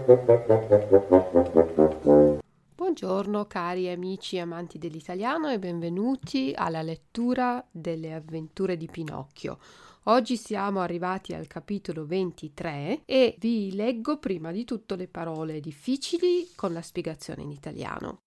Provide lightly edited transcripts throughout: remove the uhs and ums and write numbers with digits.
Buongiorno cari amici e amanti dell'italiano e benvenuti alla lettura delle avventure di Pinocchio. Oggi siamo arrivati al capitolo 23 e vi leggo prima di tutto le parole difficili con la spiegazione in italiano.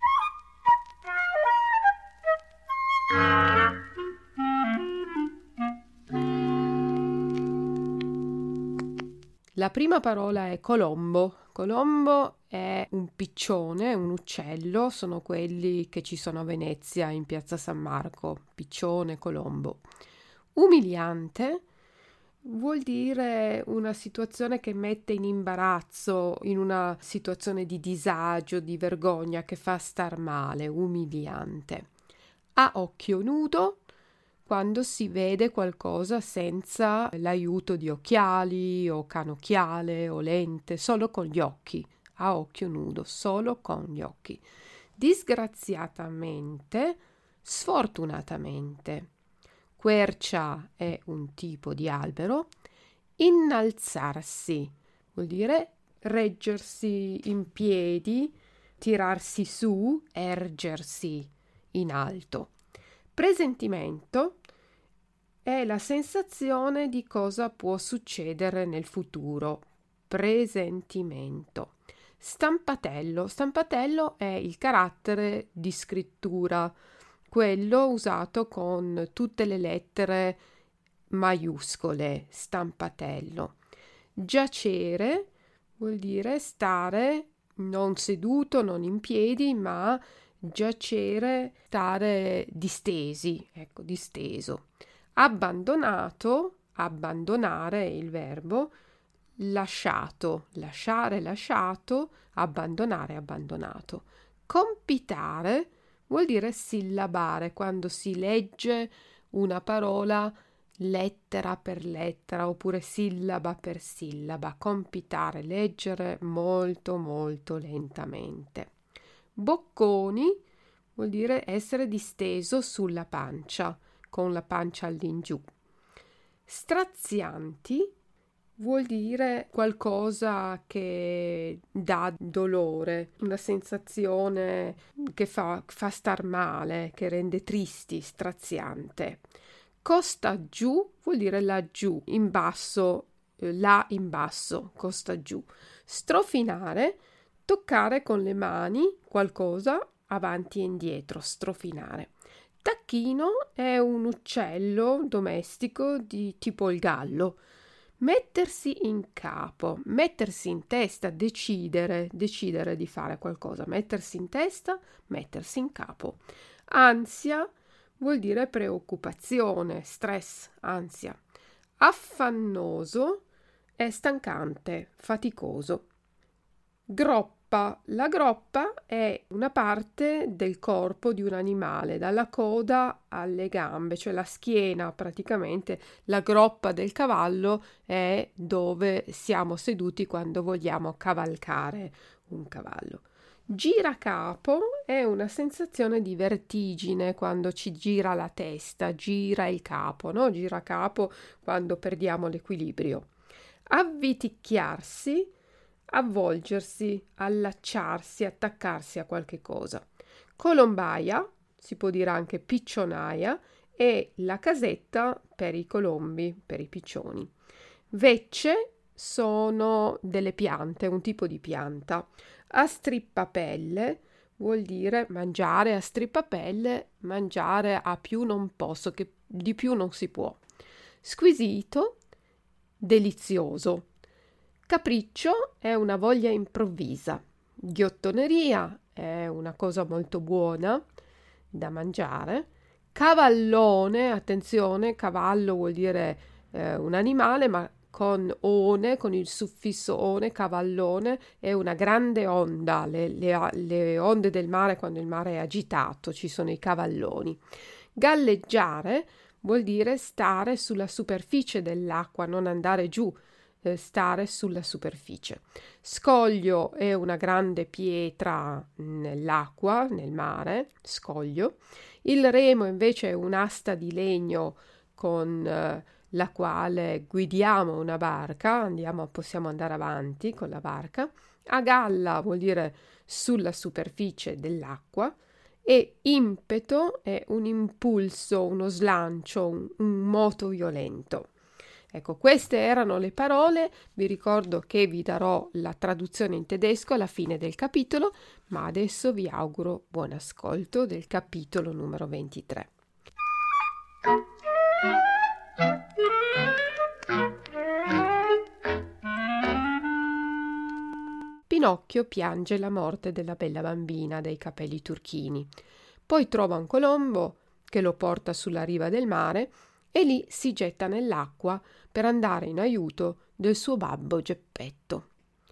La prima parola è colombo. Colombo è un piccione, un uccello, sono quelli che ci sono a Venezia in piazza San Marco, piccione, colombo. Umiliante vuol dire una situazione che mette in imbarazzo, in una situazione di disagio, di vergogna, che fa star male, umiliante. A occhio nudo, quando si vede qualcosa senza l'aiuto di occhiali o canocchiale o lente, solo con gli occhi, a occhio nudo, solo con gli occhi. Disgraziatamente, sfortunatamente. Quercia è un tipo di albero. Innalzarsi vuol dire reggersi in piedi, tirarsi su, ergersi in alto. Presentimento è la sensazione di cosa può succedere nel futuro. Presentimento. Stampatello. Stampatello è il carattere di scrittura, quello usato con tutte le lettere maiuscole. Stampatello. Giacere vuol dire stare non seduto, non in piedi, ma giacere, stare distesi, ecco, disteso. Abbandonato, abbandonare è il verbo, lasciato, lasciare, lasciato, abbandonare, abbandonato. Compitare vuol dire sillabare, quando si legge una parola lettera per lettera oppure sillaba per sillaba. Compitare, leggere molto molto lentamente. Bocconi vuol dire essere disteso sulla pancia, con la pancia all'ingiù. Strazianti vuol dire qualcosa che dà dolore, una sensazione che fa star male, che rende tristi, straziante. Costa giù vuol dire laggiù, in basso, là in basso, costa giù. Strofinare, toccare con le mani qualcosa avanti e indietro, strofinare. Tacchino è un uccello domestico di tipo il gallo. Mettersi in capo, mettersi in testa, decidere di fare qualcosa, mettersi in testa, mettersi in capo. Ansia vuol dire preoccupazione, stress, ansia. Affannoso è stancante, faticoso. Groppa. La groppa è una parte del corpo di un animale, dalla coda alle gambe, cioè la schiena praticamente. La groppa del cavallo è dove siamo seduti quando vogliamo cavalcare un cavallo. Giracapo è una sensazione di vertigine quando ci gira la testa, gira il capo, no? Giracapo quando perdiamo l'equilibrio. Avviticchiarsi, avvolgersi, allacciarsi, attaccarsi a qualche cosa. Colombaia, si può dire anche piccionaia, è la casetta per i colombi, per i piccioni. Vecce sono delle piante, un tipo di pianta. A strippapelle vuol dire mangiare a strippapelle, mangiare a più non posso, che di più non si può. Squisito, delizioso. Capriccio è una voglia improvvisa. Ghiottoneria è una cosa molto buona da mangiare. Cavallone, attenzione, cavallo vuol dire un animale, ma con one, con il suffisso one, cavallone, è una grande onda, le onde del mare quando il mare è agitato, ci sono i cavalloni. Galleggiare vuol dire stare sulla superficie dell'acqua, non andare giù, stare sulla superficie. Scoglio è una grande pietra nell'acqua, nel mare, scoglio. Il remo invece è un'asta di legno con la quale guidiamo una barca, possiamo andare avanti con la barca. A galla vuol dire sulla superficie dell'acqua, e impeto è un impulso, uno slancio, un moto violento. Ecco, queste erano le parole. Vi ricordo che vi darò la traduzione in tedesco alla fine del capitolo, ma adesso vi auguro buon ascolto del capitolo numero 23. Pinocchio piange la morte della bella bambina dai capelli turchini. Poi trova un colombo che lo porta sulla riva del mare e lì si getta nell'acqua per andare in aiuto del suo babbo Geppetto.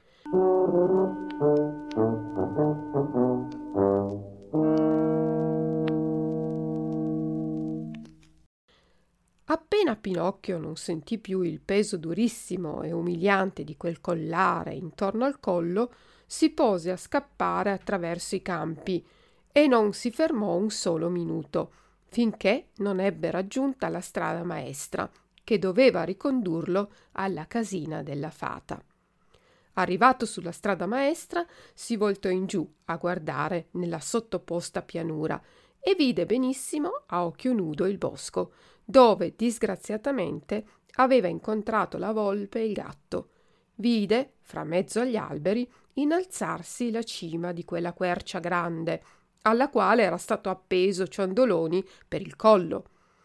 Appena Pinocchio non sentì più il peso durissimo e umiliante di quel collare intorno al collo, si pose a scappare attraverso i campi e non si fermò un solo minuto, finché non ebbe raggiunta la strada maestra che doveva ricondurlo alla casina della fata. Arrivato sulla strada maestra, si voltò in giù a guardare nella sottoposta pianura e vide benissimo a occhio nudo il bosco, dove disgraziatamente aveva incontrato la volpe e il gatto. Vide, fra mezzo agli alberi, innalzarsi la cima di quella quercia grande, alla quale era stato appeso Ciondoloni per il collo.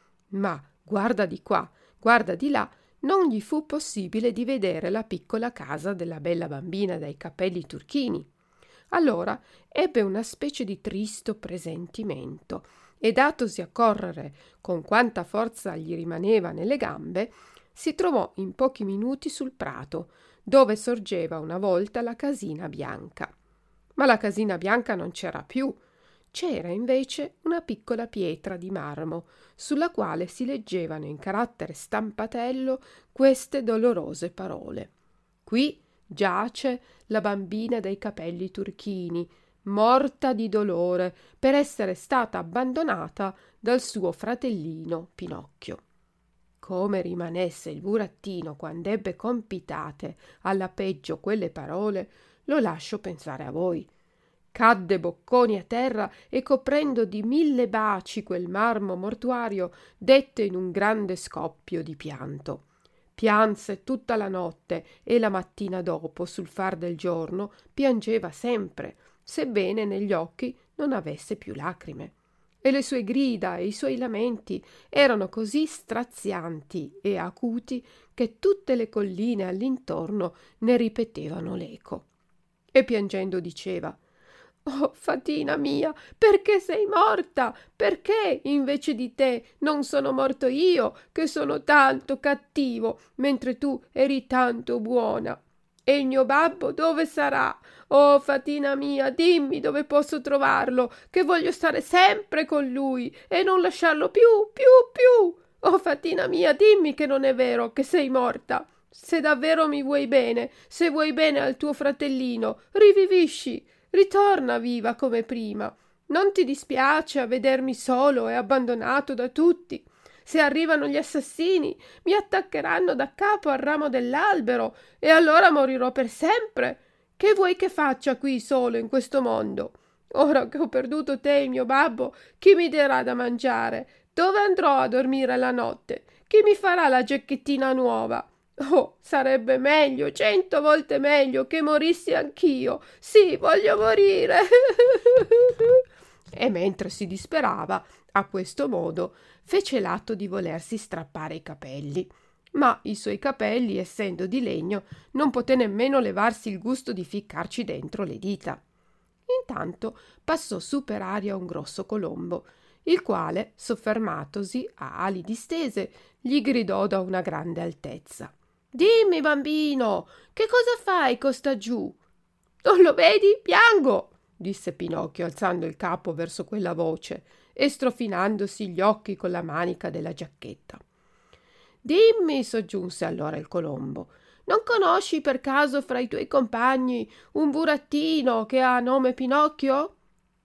Ma guarda di qua, guarda di là, non gli fu possibile di vedere la piccola casa della bella bambina dai capelli turchini. Allora ebbe una specie di tristo presentimento e, datosi a correre con quanta forza gli rimaneva nelle gambe, si trovò in pochi minuti sul prato, dove sorgeva una volta la casina bianca. Ma la casina bianca non c'era più. C'era invece una piccola pietra di marmo, sulla quale si leggevano in carattere stampatello queste dolorose parole: «Qui giace la bambina dai capelli turchini, morta di dolore per essere stata abbandonata dal suo fratellino Pinocchio». Come rimanesse il burattino quando ebbe compitate alla peggio quelle parole, lo lascio pensare a voi. Cadde bocconi a terra e, coprendo di 1000 baci quel marmo mortuario, dette in un grande scoppio di pianto. Pianse tutta la notte e la mattina dopo, sul far del giorno, piangeva sempre, sebbene negli occhi non avesse più lacrime. E le sue grida e i suoi lamenti erano così strazianti e acuti che tutte le colline all'intorno ne ripetevano l'eco. E piangendo diceva: «Oh, fatina mia, perché sei morta? Perché invece di te non sono morto io, che sono tanto cattivo, mentre tu eri tanto buona? E il mio babbo dove sarà? Oh, fatina mia, dimmi dove posso trovarlo, che voglio stare sempre con lui e non lasciarlo più. Oh, fatina mia, dimmi che non è vero, che sei morta. Se davvero mi vuoi bene, se vuoi bene al tuo fratellino, rivivisci. Ritorna viva come prima. Non ti dispiace a vedermi solo e abbandonato da tutti? Se arrivano gli assassini, mi attaccheranno da capo al ramo dell'albero e allora morirò per sempre. Che vuoi che faccia qui solo in questo mondo? Ora che ho perduto te e il mio babbo, chi mi darà da mangiare? Dove andrò a dormire la notte? Chi mi farà la giacchettina nuova? Oh, sarebbe meglio, 100 volte meglio, che morissi anch'io. Sì, voglio morire. E mentre si disperava a questo modo, fece l'atto di volersi strappare i capelli. Ma i suoi capelli, essendo di legno, non poté nemmeno levarsi il gusto di ficcarci dentro le dita. Intanto passò su per aria un grosso colombo, il quale, soffermatosi a ali distese, gli gridò da una grande altezza: «Dimmi, bambino, che cosa fai costa giù?» «Non lo vedi? Piango!» disse Pinocchio, alzando il capo verso quella voce e strofinandosi gli occhi con la manica della giacchetta. «Dimmi», soggiunse allora il colombo, «non conosci per caso fra i tuoi compagni un burattino che ha nome Pinocchio?»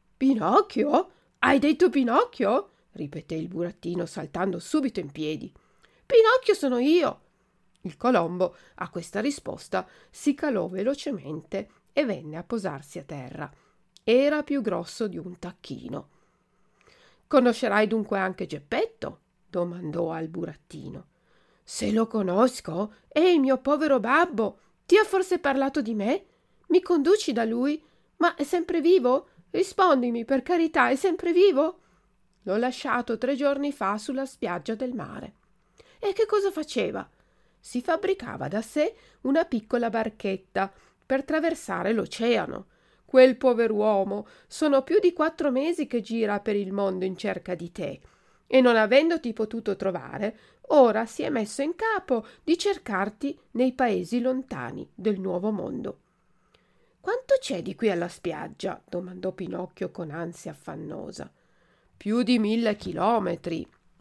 «Pinocchio? Hai detto Pinocchio?» ripeté il burattino, saltando subito in piedi. Pinocchio sono io. Il Colombo, a questa risposta, si calò velocemente e venne a posarsi a terra. Era più grosso di un tacchino. «Conoscerai dunque anche Geppetto?» domandò al burattino. «Se lo conosco, è il mio povero babbo. Ti ha forse parlato di me? Mi conduci da lui? Ma è sempre vivo? Rispondimi, per carità, è sempre vivo?» «L'ho lasciato 3 giorni fa sulla spiaggia del mare». «E che cosa faceva?» «Si fabbricava da sé una piccola barchetta per traversare l'oceano. Quel pover'uomo sono più di 4 mesi che gira per il mondo in cerca di te e non avendoti potuto trovare, ora si è messo in capo di cercarti nei paesi lontani del nuovo mondo». «Quanto c'è di qui alla spiaggia?» domandò Pinocchio con ansia affannosa. «Più di 1000 chilometri».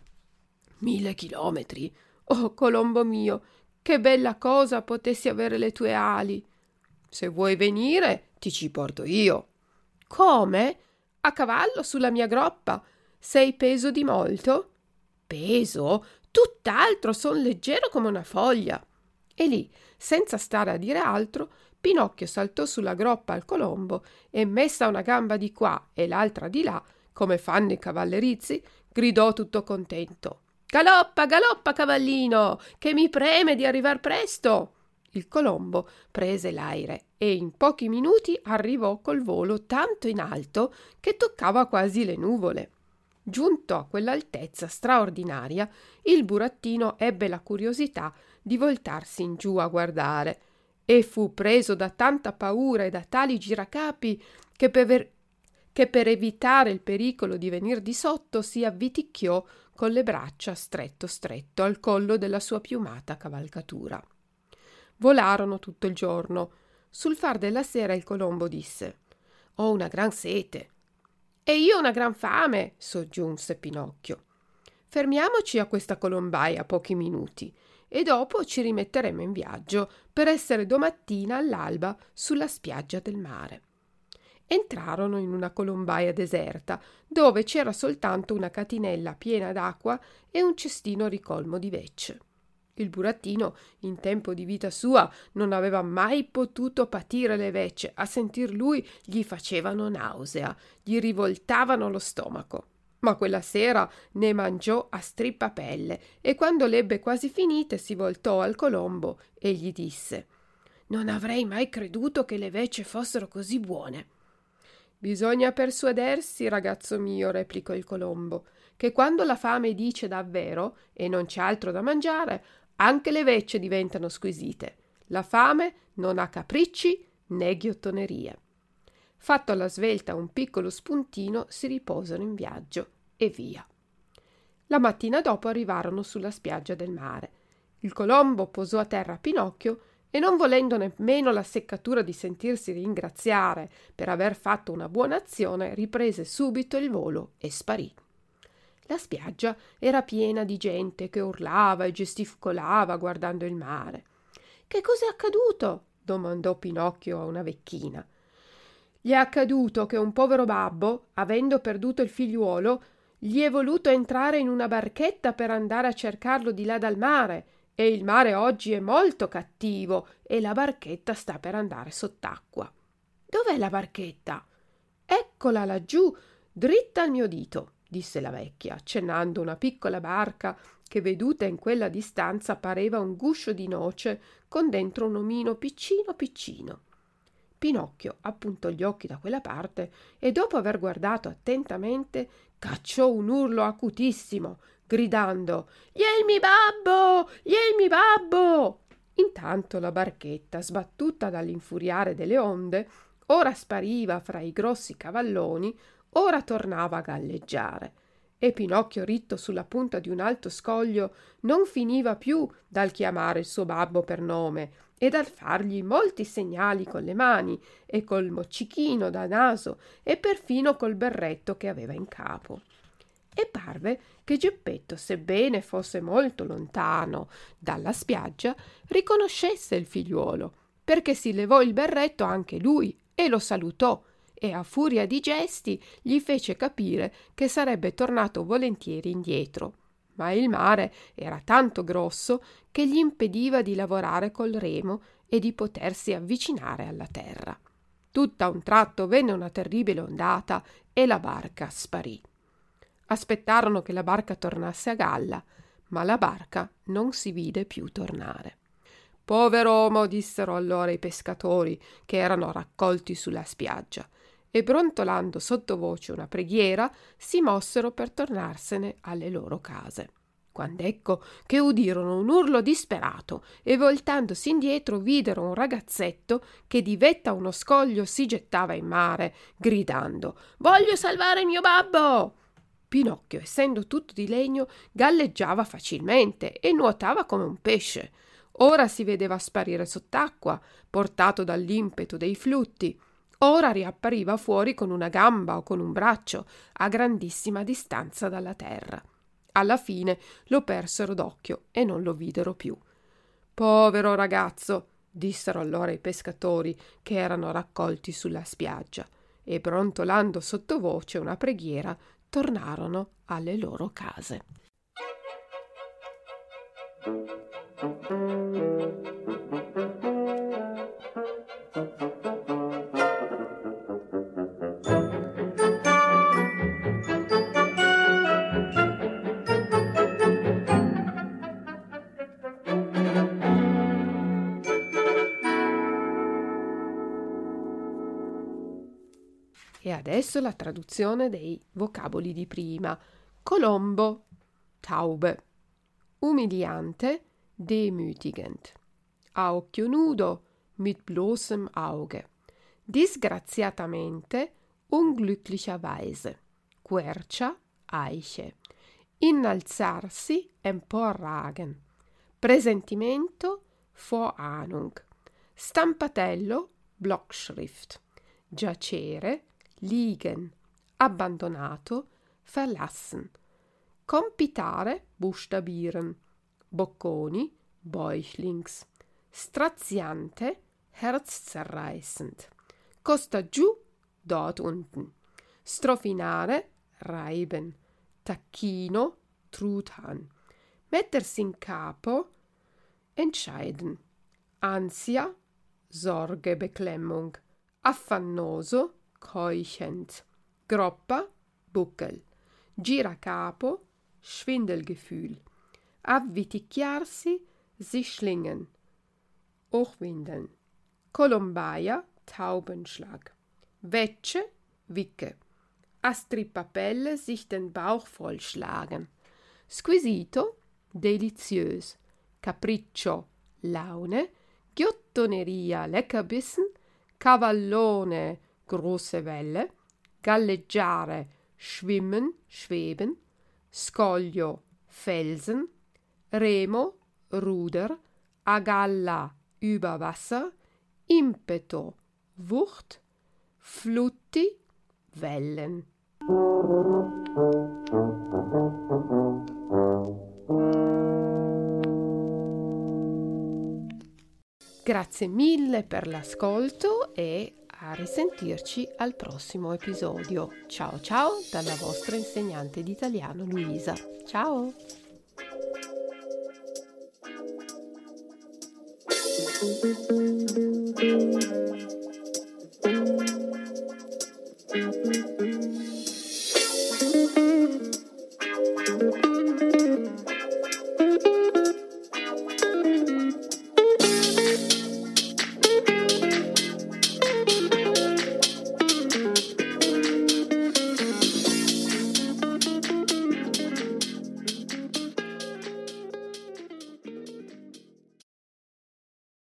1000 chilometri? Oh, Colombo mio, che bella cosa potessi avere le tue ali! Se vuoi venire, ti ci porto io». «Come? A cavallo sulla mia groppa? Sei peso di molto?» «Peso? Tutt'altro, son leggero come una foglia». E lì, senza stare a dire altro, Pinocchio saltò sulla groppa al Colombo e, messa una gamba di qua e l'altra di là, come fanno i cavallerizzi, gridò tutto contento: «Galoppa, galoppa, cavallino, che mi preme di arrivar presto!» Il Colombo prese l'aire e in pochi minuti arrivò col volo tanto in alto che toccava quasi le nuvole. Giunto a quell'altezza straordinaria, il burattino ebbe la curiosità di voltarsi in giù a guardare e fu preso da tanta paura e da tali giracapi che per evitare il pericolo di venir di sotto si avviticchiò con le braccia stretto stretto al collo della sua piumata cavalcatura. Volarono tutto il giorno. Sul far della sera il Colombo disse: «Ho una gran sete». «E io una gran fame», soggiunse Pinocchio. «Fermiamoci a questa colombaia pochi minuti e dopo ci rimetteremo in viaggio per essere domattina all'alba sulla spiaggia del mare». Entrarono in una colombaia deserta, dove c'era soltanto una catinella piena d'acqua e un cestino ricolmo di veccie. Il burattino, in tempo di vita sua, non aveva mai potuto patire le veccie. A sentir lui gli facevano nausea, gli rivoltavano lo stomaco. Ma quella sera ne mangiò a strippapelle e quando l'ebbe quasi finite si voltò al Colombo e gli disse: «Non avrei mai creduto che le veccie fossero così buone». «Bisogna persuadersi, ragazzo mio», replicò il Colombo, «che quando la fame dice davvero e non c'è altro da mangiare, anche le veccie diventano squisite. La fame non ha capricci né ghiottonerie». Fatto alla svelta un piccolo spuntino, si riposano in viaggio e via. La mattina dopo arrivarono sulla spiaggia del mare. Il Colombo posò a terra Pinocchio e, non volendo nemmeno la seccatura di sentirsi ringraziare per aver fatto una buona azione, riprese subito il volo e sparì. La spiaggia era piena di gente che urlava e gesticolava guardando il mare. «Che cos'è accaduto?» domandò Pinocchio a una vecchina. «Gli è accaduto che un povero babbo, avendo perduto il figliuolo, gli è voluto entrare in una barchetta per andare a cercarlo di là dal mare, e il mare oggi è molto cattivo e la barchetta sta per andare sott'acqua». «Dov'è la barchetta?» «Eccola laggiù, dritta al mio dito», disse la vecchia, accennando una piccola barca che, veduta in quella distanza, pareva un guscio di noce con dentro un omino piccino piccino. Pinocchio appuntò gli occhi da quella parte e, dopo aver guardato attentamente, cacciò un urlo acutissimo, gridando: «Gli babbo! Gli babbo!» Intanto la barchetta, sbattuta dall'infuriare delle onde, ora spariva fra i grossi cavalloni, ora tornava a galleggiare, e Pinocchio, ritto sulla punta di un alto scoglio, non finiva più dal chiamare il suo babbo per nome e dal fargli molti segnali con le mani e col moccichino da naso e perfino col berretto che aveva in capo. E parve che Geppetto, sebbene fosse molto lontano dalla spiaggia, riconoscesse il figliuolo, perché si levò il berretto anche lui e lo salutò, e a furia di gesti gli fece capire che sarebbe tornato volentieri indietro. ma il mare era tanto grosso che gli impediva di lavorare col remo e di potersi avvicinare alla terra. Tutt'a un tratto venne una terribile ondata e la barca sparì. Aspettarono che la barca tornasse a galla, ma la barca non si vide più tornare. «Pover'uomo», dissero allora i pescatori che erano raccolti sulla spiaggia, e brontolando sottovoce una preghiera si mossero per tornarsene alle loro case. Quand'ecco che udirono un urlo disperato e voltandosi indietro videro un ragazzetto che di vetta a uno scoglio si gettava in mare, gridando: «Voglio salvare mio babbo!» Pinocchio, essendo tutto di legno, galleggiava facilmente e nuotava come un pesce. Ora si vedeva sparire sott'acqua, portato dall'impeto dei flutti. Ora riappariva fuori con una gamba o con un braccio, a grandissima distanza dalla terra. Alla fine lo persero d'occhio e non lo videro più. «Povero ragazzo», dissero allora i pescatori che erano raccolti sulla spiaggia, e brontolando sottovoce una preghiera tornarono alle loro case. E adesso la traduzione dei vocaboli di prima. Colombo, Taube. Umiliante, demütigend. A occhio nudo, mit bloßem Auge. Disgraziatamente, unglücklicherweise. Quercia, Eiche. Innalzarsi, emporragen. Presentimento, Vorahnung. Stampatello, Blockschrift. Giacere, liegen, abbandonato, verlassen. Compitare, buchstabieren. Bocconi, Bäuchlings. Straziante, herzzerreißend. Costa giù, dort unten. Strofinare, reiben. Tacchino, Truthahn. Mettersi in capo, entscheiden. Ansia, Sorge, Beklemmung. Affannoso, keuchend. Groppa, Buckel. Giracapo, Schwindelgefühl. Avviticchiarsi, sich schlingen. Hochwindeln. Colombaia, Taubenschlag. Wetsche, Wicke. A strippapelle sich den Bauch vollschlagen. Squisito, deliziös. Capriccio, Laune. Ghiottoneria, Leckerbissen. Cavallone, große Welle. Galleggiare, schwimmen, schweben. Scoglio, Felsen. Remo, Ruder. A galla, über Wasser. Impeto, Wucht. Flutti, Wellen. Grazie mille per l'ascolto e a risentirci al prossimo episodio. Ciao ciao dalla vostra insegnante di italiano Luisa. Ciao!